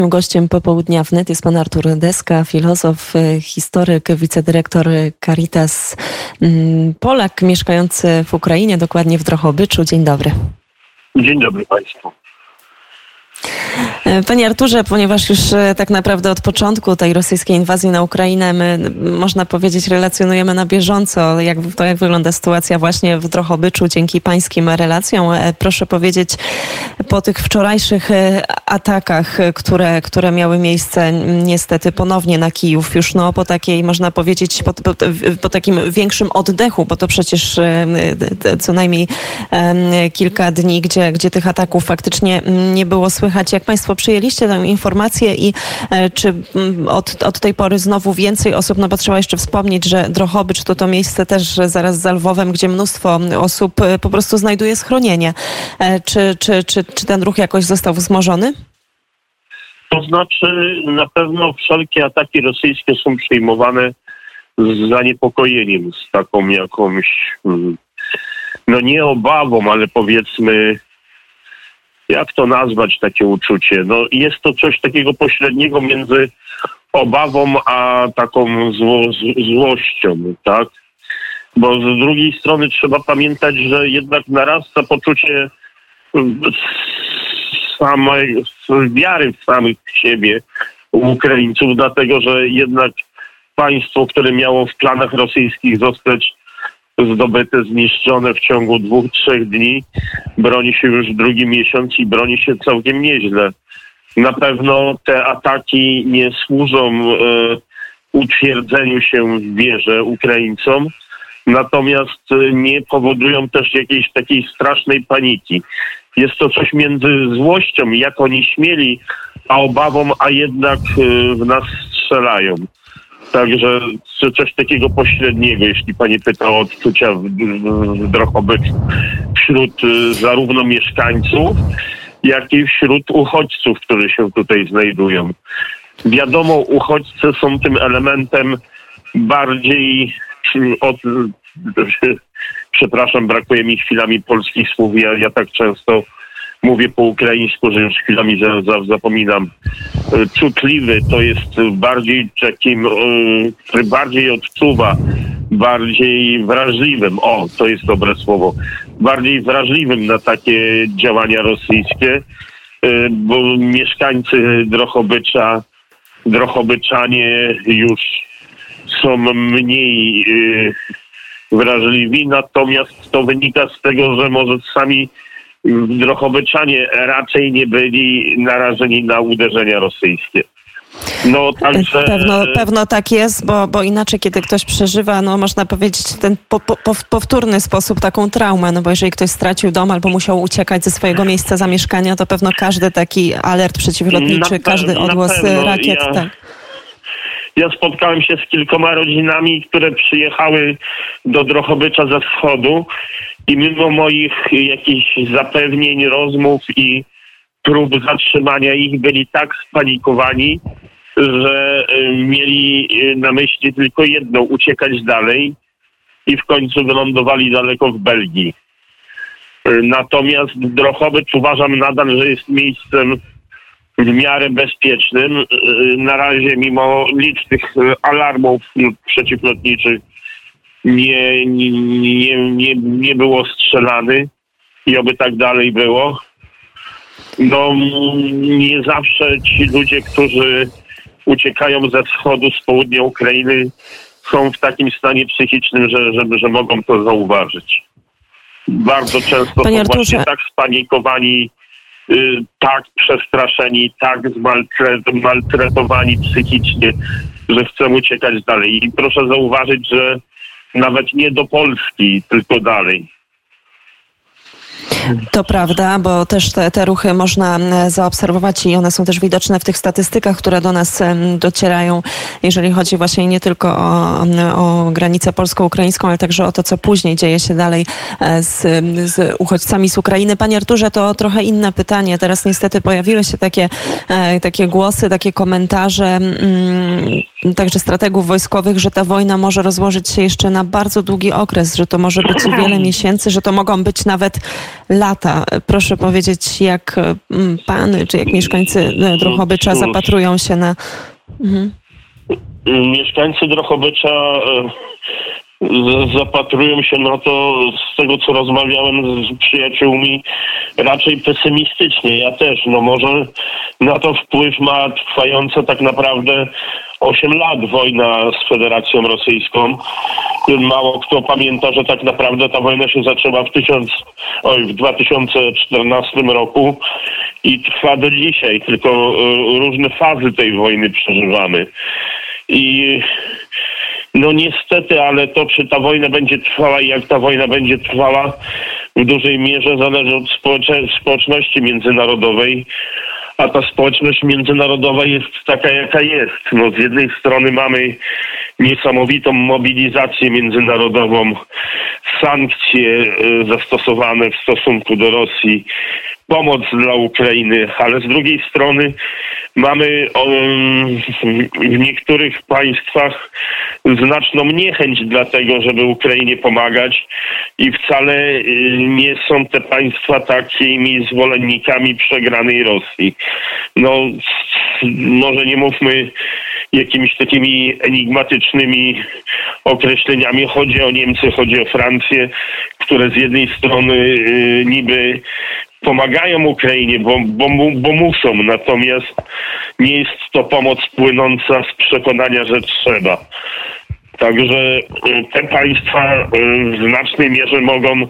Gościem popołudnia wnet jest pan Artur Deska, filozof, historyk, wicedyrektor Caritas, Polak mieszkający w Ukrainie, dokładnie w Drohobyczu. Dzień dobry. Dzień dobry Państwu. Panie Arturze, ponieważ już tak naprawdę od początku tej rosyjskiej inwazji na Ukrainę my, można powiedzieć, relacjonujemy na bieżąco, jak wygląda sytuacja właśnie w Drohobyczu dzięki pańskim relacjom. Proszę powiedzieć, po tych wczorajszych atakach, które miały miejsce niestety ponownie na Kijów, już po takiej, można powiedzieć, po takim większym oddechu, bo to przecież co najmniej kilka dni, gdzie tych ataków faktycznie nie było słychać. Jak Państwo przyjęliście tę informację i czy od tej pory znowu więcej osób, bo trzeba jeszcze wspomnieć, że Drohobycz to miejsce też zaraz za Lwowem, gdzie mnóstwo osób po prostu znajduje schronienie. Czy ten ruch jakoś został wzmożony? To znaczy, na pewno wszelkie ataki rosyjskie są przyjmowane z zaniepokojeniem, z taką jakąś, nie obawą, ale powiedzmy, jak to nazwać, takie uczucie? Jest to coś takiego pośredniego między obawą a taką złością, tak? Bo z drugiej strony trzeba pamiętać, że jednak narasta poczucie samej wiary w samych siebie u Ukraińców, dlatego że jednak państwo, które miało w planach rosyjskich zostać zdobyte, zniszczone w ciągu 2-3 dni, broni się już drugi miesiąc i broni się całkiem nieźle. Na pewno te ataki nie służą utwierdzeniu się w wierze Ukraińcom, natomiast nie powodują też jakiejś takiej strasznej paniki. Jest to coś między złością, jak oni śmieli, a obawą, a jednak w nas strzelają. Także coś takiego pośredniego, jeśli pani pyta o odczucia w Drohobyczu wśród zarówno mieszkańców, jak i wśród uchodźców, którzy się tutaj znajdują. Wiadomo, uchodźcy są tym elementem bardziej przepraszam, brakuje mi chwilami polskich słów. Ja tak często mówię po ukraińsku, że już chwilami zapominam. Czutliwy to jest bardziej takim, który bardziej odczuwa, bardziej wrażliwym, to jest dobre słowo, bardziej wrażliwym na takie działania rosyjskie, bo mieszkańcy Drohobyczanie już są mniej wrażliwi, natomiast to wynika z tego, że może sami Drohobyczanie raczej nie byli narażeni na uderzenia rosyjskie. Także... Pewno tak jest, bo inaczej, kiedy ktoś przeżywa, można powiedzieć, ten powtórny sposób, taką traumę, bo jeżeli ktoś stracił dom albo musiał uciekać ze swojego miejsca zamieszkania, to pewno każdy taki alert przeciwlotniczy, każdy odgłos rakiet. Ja spotkałem się z kilkoma rodzinami, które przyjechały do Drohobycza ze wschodu i mimo moich jakichś zapewnień, rozmów i prób zatrzymania ich byli tak spanikowani, że mieli na myśli tylko jedno, uciekać dalej i w końcu wylądowali daleko w Belgii. Natomiast Drohobycz uważam nadal, że jest miejscem w miarę bezpiecznym. Na razie mimo licznych alarmów przeciwlotniczych nie było strzelany i oby tak dalej było. Nie zawsze ci ludzie, którzy uciekają ze wschodu, z południa Ukrainy, są w takim stanie psychicznym, że mogą to zauważyć. Bardzo często są właśnie tak spanikowani, tak przestraszeni, tak zmaltretowani psychicznie, że chcą uciekać dalej. I proszę zauważyć, że nawet nie do Polski, tylko dalej. To prawda, bo też te ruchy można zaobserwować i one są też widoczne w tych statystykach, które do nas docierają, jeżeli chodzi właśnie nie tylko o granicę polsko-ukraińską, ale także o to, co później dzieje się dalej z uchodźcami z Ukrainy. Panie Arturze, to trochę inne pytanie. Teraz niestety pojawiły się takie głosy, takie komentarze także strategów wojskowych, że ta wojna może rozłożyć się jeszcze na bardzo długi okres, że to może być wiele miesięcy, że to mogą być nawet lata. Proszę powiedzieć, jak pan, czy jak mieszkańcy Drohobycza zapatrują się na... Mieszkańcy Drohobycza zapatrują się na to, z tego co rozmawiałem z przyjaciółmi, raczej pesymistycznie. Ja też. Może na to wpływ ma trwająca tak naprawdę 8 lat wojna z Federacją Rosyjską. Mało kto pamięta, że tak naprawdę ta wojna się zaczęła w 2014 roku i trwa do dzisiaj, tylko różne fazy tej wojny przeżywamy. I niestety, ale to, czy ta wojna będzie trwała i jak ta wojna będzie trwała, w dużej mierze zależy od społeczności międzynarodowej, a ta społeczność międzynarodowa jest taka, jaka jest. Z jednej strony mamy niesamowitą mobilizację międzynarodową, sankcje zastosowane w stosunku do Rosji, pomoc dla Ukrainy, ale z drugiej strony mamy w niektórych państwach znaczną niechęć dla tego, żeby Ukrainie pomagać i wcale nie są te państwa takimi zwolennikami przegranej Rosji. Może nie mówmy jakimiś takimi enigmatycznymi określeniami. Chodzi o Niemcy, chodzi o Francję, które z jednej strony niby pomagają Ukrainie, bo muszą, natomiast nie jest to pomoc płynąca z przekonania, że trzeba. Także te państwa w znacznej mierze mogą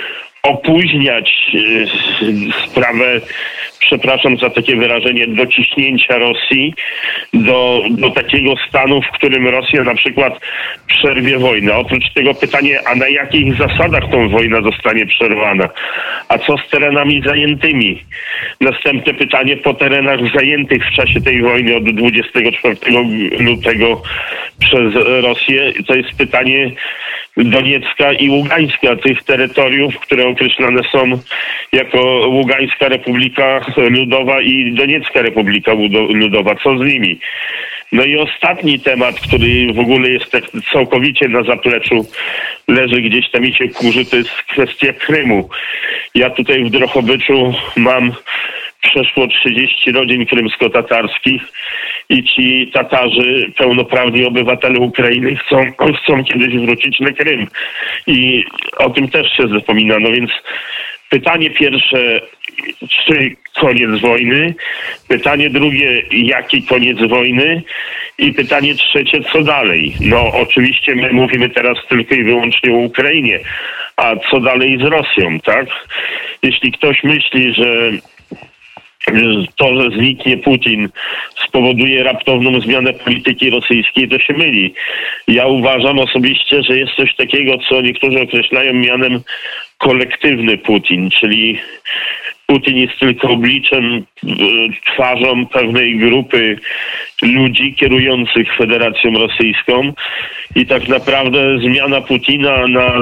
opóźniać sprawę, przepraszam za takie wyrażenie, dociśnięcia Rosji do takiego stanu, w którym Rosja na przykład przerwie wojnę. Oprócz tego pytanie, a na jakich zasadach tą wojna zostanie przerwana? A co z terenami zajętymi? Następne pytanie, po terenach zajętych w czasie tej wojny od 24 lutego przez Rosję, to jest pytanie Doniecka i Ługańska, tych terytoriów, które określane są jako Ługańska Republika Ludowa i Doniecka Republika Ludowa. Co z nimi? I ostatni temat, który w ogóle jest tak całkowicie na zapleczu, leży gdzieś tam i się kurzy, to jest kwestia Krymu. Ja tutaj w Drohobyczu mam przeszło 30 rodzin krymsko-tatarskich i ci Tatarzy, pełnoprawni obywatele Ukrainy, chcą kiedyś wrócić na Krym. I o tym też się zapomina. Więc pytanie pierwsze, czy koniec wojny? Pytanie drugie, jaki koniec wojny? I pytanie trzecie, co dalej? Oczywiście my mówimy teraz tylko i wyłącznie o Ukrainie. A co dalej z Rosją, tak? Jeśli ktoś myśli, że to, że zniknie Putin, spowoduje raptowną zmianę polityki rosyjskiej, to się myli. Ja uważam osobiście, że jest coś takiego, co niektórzy określają mianem kolektywny Putin, czyli Putin jest tylko obliczem, twarzą pewnej grupy ludzi kierujących Federacją Rosyjską i tak naprawdę zmiana Putina na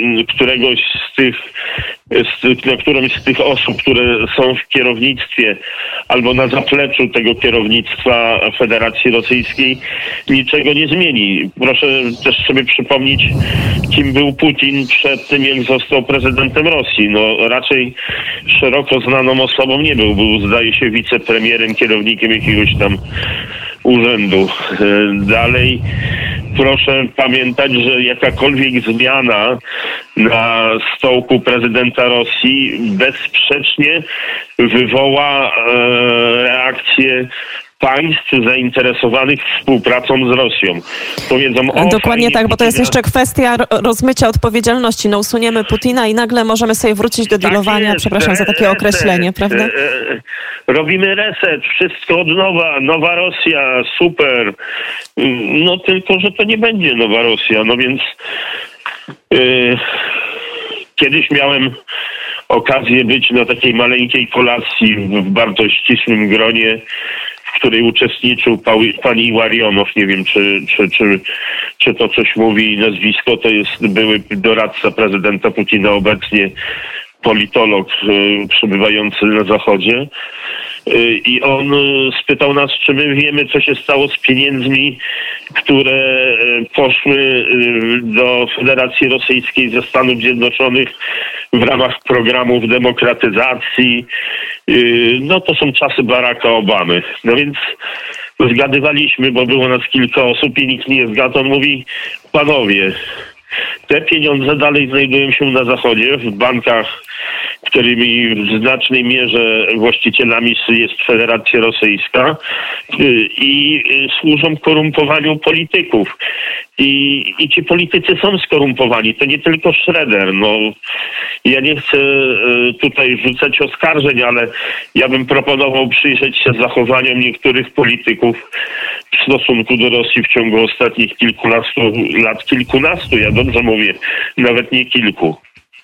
którąś z tych osób, które są w kierownictwie albo na zapleczu tego kierownictwa Federacji Rosyjskiej, niczego nie zmieni. Proszę też sobie przypomnieć, kim był Putin przed tym, jak został prezydentem Rosji. Raczej szeroko znaną osobą nie był. Był, zdaje się, wicepremierem, kierownikiem jakiegoś tam urzędu. Dalej proszę pamiętać, że jakakolwiek zmiana na stołku prezydenta Rosji bezsprzecznie wywoła reakcję państw zainteresowanych współpracą z Rosją. Powiedzą, dokładnie tak, bo to jest jeszcze kwestia rozmycia odpowiedzialności. Usuniemy Putina i nagle możemy sobie wrócić do dealowania, przepraszam za takie określenie, prawda? Robimy reset, wszystko od nowa, nowa Rosja, super. Tylko, że to nie będzie nowa Rosja. Więc kiedyś miałem okazję być na takiej maleńkiej kolacji w bardzo ścisłym gronie, w której uczestniczył pani Ilarionow. Nie wiem, czy to coś mówi nazwisko. To jest były doradca prezydenta Putina, obecnie politolog przebywający na Zachodzie. I on spytał nas, czy my wiemy, co się stało z pieniędzmi, które poszły do Federacji Rosyjskiej ze Stanów Zjednoczonych w ramach programów demokratyzacji. No to są czasy Baracka Obamy. No więc zgadywaliśmy, bo było nas kilka osób i nikt nie zgadł. On mówi, panowie, te pieniądze dalej znajdują się na Zachodzie, w bankach, którymi w znacznej mierze właścicielami jest Federacja Rosyjska i służą korumpowaniu polityków. I ci politycy są skorumpowani. To nie tylko Schroeder. No, ja nie chcę tutaj rzucać oskarżeń, ale ja bym proponował przyjrzeć się zachowaniom niektórych polityków w stosunku do Rosji w ciągu ostatnich kilkunastu, ja dobrze mówię, nawet nie kilku.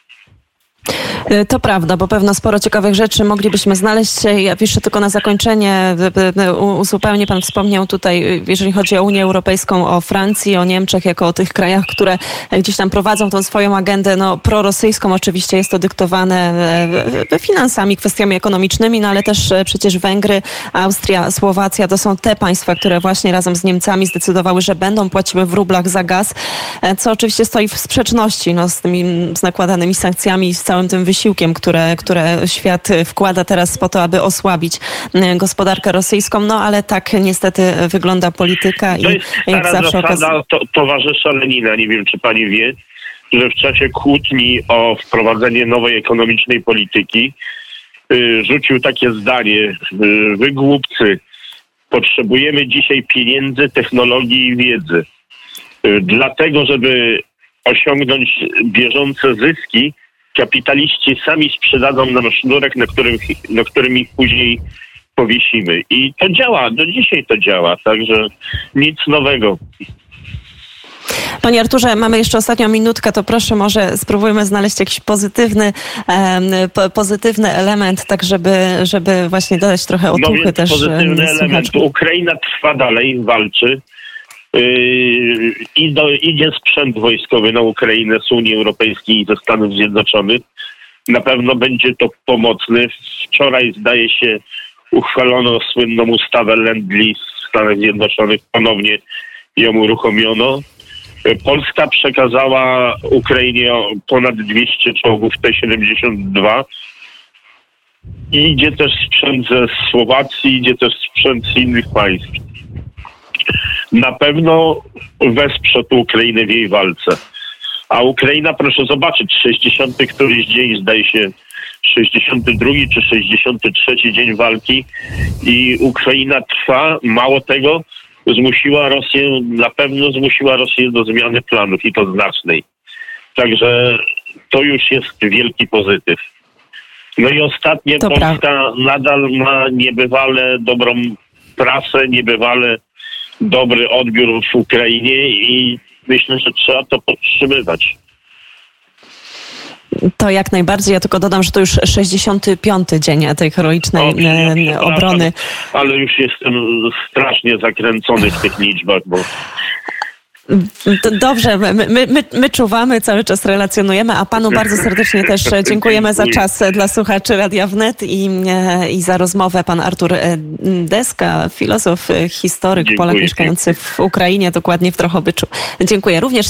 To prawda, bo pewno sporo ciekawych rzeczy moglibyśmy znaleźć. Ja jeszcze tylko na zakończenie uzupełnię. Pan wspomniał tutaj, jeżeli chodzi o Unię Europejską, o Francji, o Niemczech, jako o tych krajach, które gdzieś tam prowadzą tą swoją agendę, no prorosyjską. Oczywiście jest to dyktowane finansami, kwestiami ekonomicznymi, no ale też przecież Węgry, Austria, Słowacja to są te państwa, które właśnie razem z Niemcami zdecydowały, że będą płaciły w rublach za gaz, co oczywiście stoi w sprzeczności z tymi nakładanymi sankcjami, z całym tym wysiłkiem, które świat wkłada teraz po to, aby osłabić gospodarkę rosyjską, no ale tak niestety wygląda polityka i jak zawsze zasada towarzysza Lenina. Nie wiem, czy pani wie, że w czasie kłótni o wprowadzenie nowej ekonomicznej polityki rzucił takie zdanie: wy głupcy, potrzebujemy dzisiaj pieniędzy, technologii i wiedzy. Dlatego, żeby osiągnąć bieżące zyski, kapitaliści sami sprzedadzą nam sznurek, na którym ich później powiesimy. I to działa, do dzisiaj to działa, także nic nowego. Panie Arturze, mamy jeszcze ostatnią minutkę, to proszę może spróbujmy znaleźć jakiś pozytywny element, tak żeby właśnie dodać trochę otuchy więc też pozytywny element. Ukraina trwa dalej, walczy. Idzie sprzęt wojskowy na Ukrainę z Unii Europejskiej i ze Stanów Zjednoczonych. Na pewno będzie to pomocne. Wczoraj, zdaje się, uchwalono słynną ustawę Lend-Lease w Stanach Zjednoczonych. Ponownie ją uruchomiono. Polska przekazała Ukrainie ponad 200 czołgów T-72. I idzie też sprzęt ze Słowacji, idzie też sprzęt z innych państw. Na pewno wesprze tu Ukrainę w jej walce. A Ukraina, proszę zobaczyć, 60. któryś dzień, zdaje się 62 czy 63 dzień walki i Ukraina trwa. Mało tego, na pewno zmusiła Rosję do zmiany planów i to znacznej. Także to już jest wielki pozytyw. No i ostatnie, to Polska nadal ma niebywale dobrą prasę, niebywale dobry odbiór w Ukrainie i myślę, że trzeba to podtrzymywać. To jak najbardziej. Ja tylko dodam, że to już 65. dzień tej heroicznej obrony. Ale już jestem strasznie zakręcony w tych liczbach, bo... Dobrze, my czuwamy, cały czas relacjonujemy, a panu bardzo serdecznie też dziękujemy za czas dla słuchaczy Radia Wnet i za rozmowę. Pan Artur Deska, filozof, historyk, Polak mieszkający w Ukrainie, dokładnie w Drohobyczu. Dziękuję również.